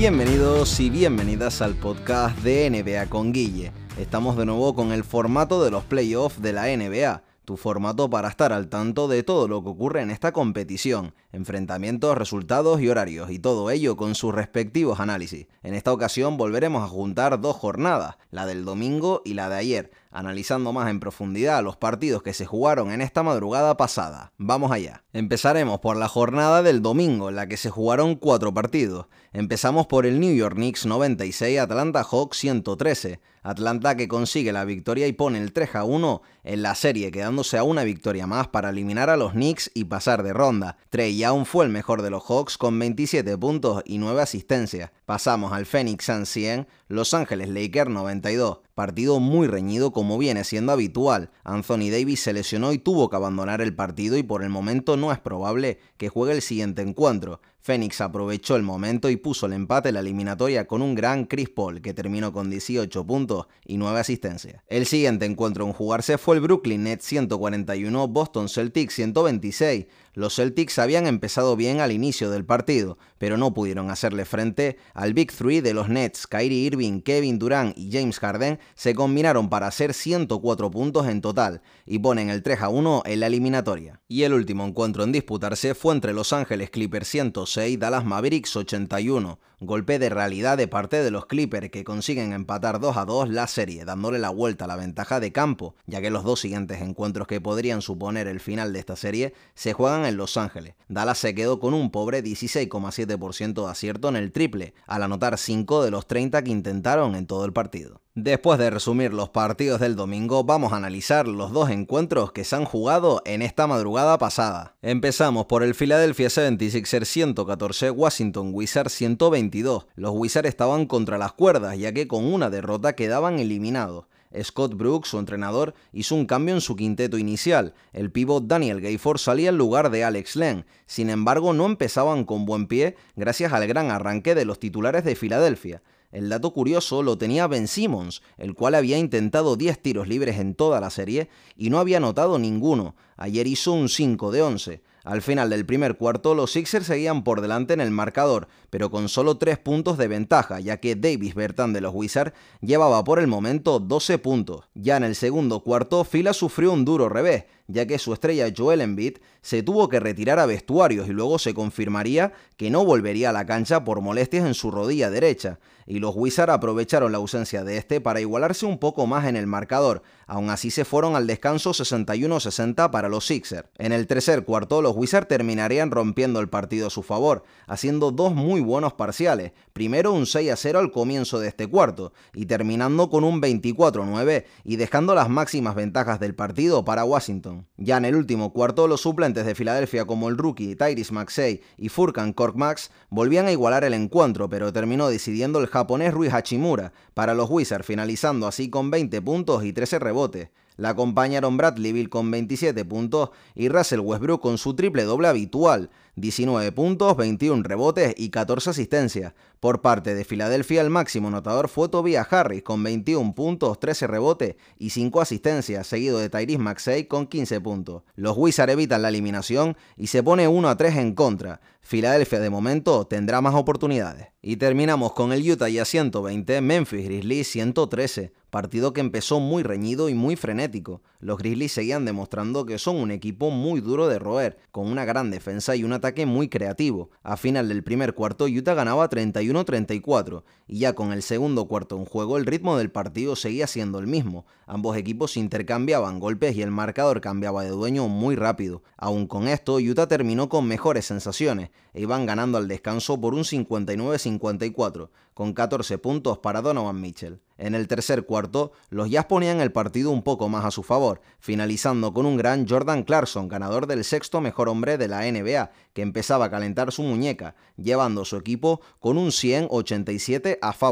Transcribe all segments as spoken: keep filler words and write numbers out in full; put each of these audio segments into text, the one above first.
Bienvenidos y bienvenidas al podcast de N B A con Guille. Estamos de nuevo con el formato de los playoffs de la N B A, tu formato para estar al tanto de todo lo que ocurre en esta competición, enfrentamientos, resultados y horarios, y todo ello con sus respectivos análisis. En esta ocasión volveremos a juntar dos jornadas, la del domingo y la de ayer, analizando más en profundidad los partidos que se jugaron en esta madrugada pasada. Vamos allá. Empezaremos por la jornada del domingo, en la que se jugaron cuatro partidos. Empezamos por el New York Knicks noventa y seis, Atlanta Hawks ciento trece. Atlanta que consigue la victoria y pone el tres a uno en la serie, quedándose a una victoria más para eliminar a los Knicks y pasar de ronda. Trae Young fue el mejor de los Hawks con veintisiete puntos y nueve asistencias. Pasamos al Phoenix Suns cien, Los Ángeles Lakers noventa y dos. Partido muy reñido como viene siendo habitual. Anthony Davis se lesionó y tuvo que abandonar el partido y por el momento no es probable que juegue el siguiente encuentro. Phoenix aprovechó el momento y puso el empate en la eliminatoria con un gran Chris Paul que terminó con dieciocho puntos y nueve asistencias. El siguiente encuentro en jugarse fue el Brooklyn Nets ciento cuarenta y uno, Boston Celtics ciento veintiséis. Los Celtics habían empezado bien al inicio del partido, pero no pudieron hacerle frente al Big Three de los Nets. Kyrie Irving, Kevin Durant y James Harden se combinaron para hacer ciento cuatro puntos en total y ponen el tres a uno en la eliminatoria. Y el último encuentro en disputarse fue entre Los Ángeles Clippers ciento seis, Dallas Mavericks ochenta y uno. Golpe de realidad de parte de los Clippers que consiguen empatar dos a dos la serie, dándole la vuelta a la ventaja de campo, ya que los dos siguientes encuentros que podrían suponer el final de esta serie se juegan en Los Ángeles. Dallas se quedó con un pobre dieciséis coma siete por ciento de acierto en el triple, al anotar cinco de los treinta que intentaron en todo el partido. Después de resumir los partidos del domingo, vamos a analizar los dos encuentros que se han jugado en esta madrugada pasada. Empezamos por el Philadelphia setenta y seis ers ciento catorce, Washington Wizards ciento veintidós. Los Wizards estaban contra las cuerdas, ya que con una derrota quedaban eliminados. Scott Brooks, su entrenador, hizo un cambio en su quinteto inicial. El pívot Daniel Gafford salía en lugar de Alex Len. Sin embargo, no empezaban con buen pie gracias al gran arranque de los titulares de Filadelfia. El dato curioso lo tenía Ben Simmons, el cual había intentado diez tiros libres en toda la serie y no había anotado ninguno. Ayer hizo un cinco de once. Al final del primer cuarto, los Sixers seguían por delante en el marcador, pero con solo tres puntos de ventaja, ya que Davis Bertans de los Wizards llevaba por el momento doce puntos. Ya en el segundo cuarto, Fila sufrió un duro revés, ya que su estrella Joel Embiid se tuvo que retirar a vestuarios y luego se confirmaría que no volvería a la cancha por molestias en su rodilla derecha, y los Wizards aprovecharon la ausencia de este para igualarse un poco más en el marcador. Aún así se fueron al descanso sesenta y uno a sesenta para los Sixers. En el tercer cuarto, los Wizards terminarían rompiendo el partido a su favor, haciendo dos muy buenos parciales. Primero un seis a cero al comienzo de este cuarto, y terminando con un veinticuatro a nueve y dejando las máximas ventajas del partido para Washington. Ya en el último cuarto, los suplentes de Filadelfia como el rookie Tyrese Maxey y Furkan Korkmaz volvían a igualar el encuentro, pero terminó decidiendo el japonés Rui Hachimura para los Wizards, finalizando así con veinte puntos y trece rebotes. La acompañaron Bradley Beal con veintisiete puntos y Russell Westbrook con su triple doble habitual, diecinueve puntos, veintiún rebotes y catorce asistencias. Por parte de Filadelfia, el máximo anotador fue Tobias Harris con veintiún puntos, trece rebotes y cinco asistencias, seguido de Tyrese Maxey con quince puntos. Los Wizards evitan la eliminación y se pone uno a tres en contra. Filadelfia de momento tendrá más oportunidades. Y terminamos con el Utah Jazz ciento veinte, Memphis Grizzlies ciento trece. Partido que empezó muy reñido y muy frenético. Los Grizzlies seguían demostrando que son un equipo muy duro de roer, con una gran defensa y un ataque muy creativo. A final del primer cuarto, Utah ganaba treinta y uno a treinta y cuatro, y ya con el segundo cuarto en juego, el ritmo del partido seguía siendo el mismo. Ambos equipos intercambiaban golpes y el marcador cambiaba de dueño muy rápido. Aún con esto, Utah terminó con mejores sensaciones e iban ganando al descanso por un cincuenta y nueve a cincuenta y cuatro, con catorce puntos para Donovan Mitchell. En el tercer cuarto, los Jazz ponían el partido un poco más a su favor, finalizando con un gran Jordan Clarkson, ganador del sexto mejor hombre de la N B A, que empezaba a calentar su muñeca, llevando a su equipo con un cien a ochenta y siete a favor.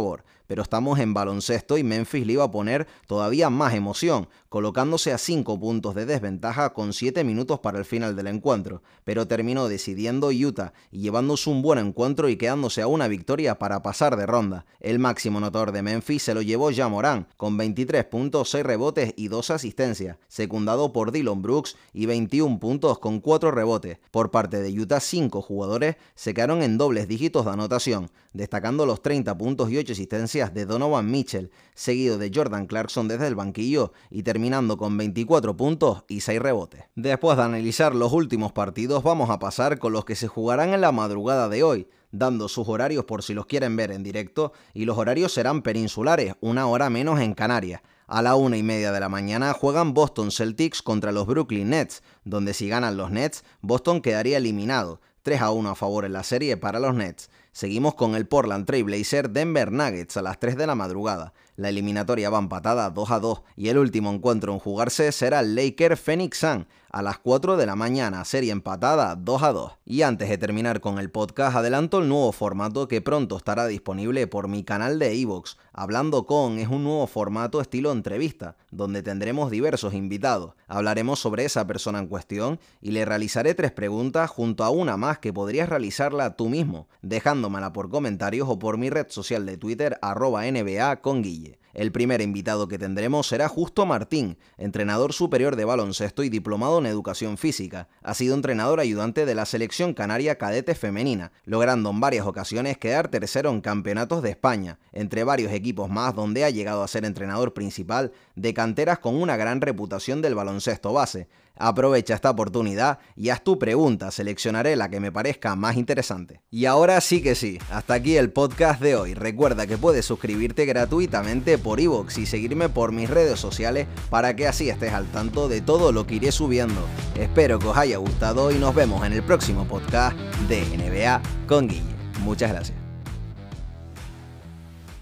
pero estamos en baloncesto y Memphis le iba a poner todavía más emoción, colocándose a cinco puntos de desventaja con siete minutos para el final del encuentro, pero terminó decidiendo Utah y llevándose un buen encuentro y quedándose a una victoria para pasar de ronda. El máximo anotador de Memphis se lo llevó Ja Morant, con veintitrés puntos, seis rebotes y dos asistencias, secundado por Dillon Brooks y veintiún puntos con cuatro rebotes. Por parte de Utah, cinco jugadores se quedaron en dobles dígitos de anotación, destacando los treinta puntos y ocho asistencias de Donovan Mitchell, seguido de Jordan Clarkson desde el banquillo y terminando con veinticuatro puntos y seis rebotes. Después de analizar los últimos partidos, vamos a pasar con los que se jugarán en la madrugada de hoy, dando sus horarios por si los quieren ver en directo, y los horarios serán peninsulares, una hora menos en Canarias. A la una y media de la mañana juegan Boston Celtics contra los Brooklyn Nets, donde si ganan los Nets, Boston quedaría eliminado, tres a uno a favor en la serie para los Nets. Seguimos con el Portland Trail Blazers Denver Nuggets a las tres de la madrugada. La eliminatoria va empatada dos a dos y el último encuentro en jugarse será el Lakers Phoenix Suns a las cuatro de la mañana, serie empatada dos a dos. Y antes de terminar con el podcast, adelanto el nuevo formato que pronto estará disponible por mi canal de iVoox. Hablando con es un nuevo formato estilo entrevista, donde tendremos diversos invitados. Hablaremos sobre esa persona en cuestión y le realizaré tres preguntas junto a una más que podrías realizarla tú mismo, dejándomela por comentarios o por mi red social de Twitter, arroba N B A con Guille. El primer invitado que tendremos será Justo Martín, entrenador superior de baloncesto y diplomado en educación física. Ha sido entrenador ayudante de la selección canaria cadete femenina, logrando en varias ocasiones quedar tercero en campeonatos de España, entre varios equipos más donde ha llegado a ser entrenador principal de canteras con una gran reputación del baloncesto base. Aprovecha esta oportunidad y haz tu pregunta, seleccionaré la que me parezca más interesante. Y ahora sí que sí, hasta aquí el podcast de hoy. Recuerda que puedes suscribirte gratuitamente por iVoox y seguirme por mis redes sociales para que así estés al tanto de todo lo que iré subiendo. Espero que os haya gustado y nos vemos en el próximo podcast de N B A con Guille. Muchas gracias.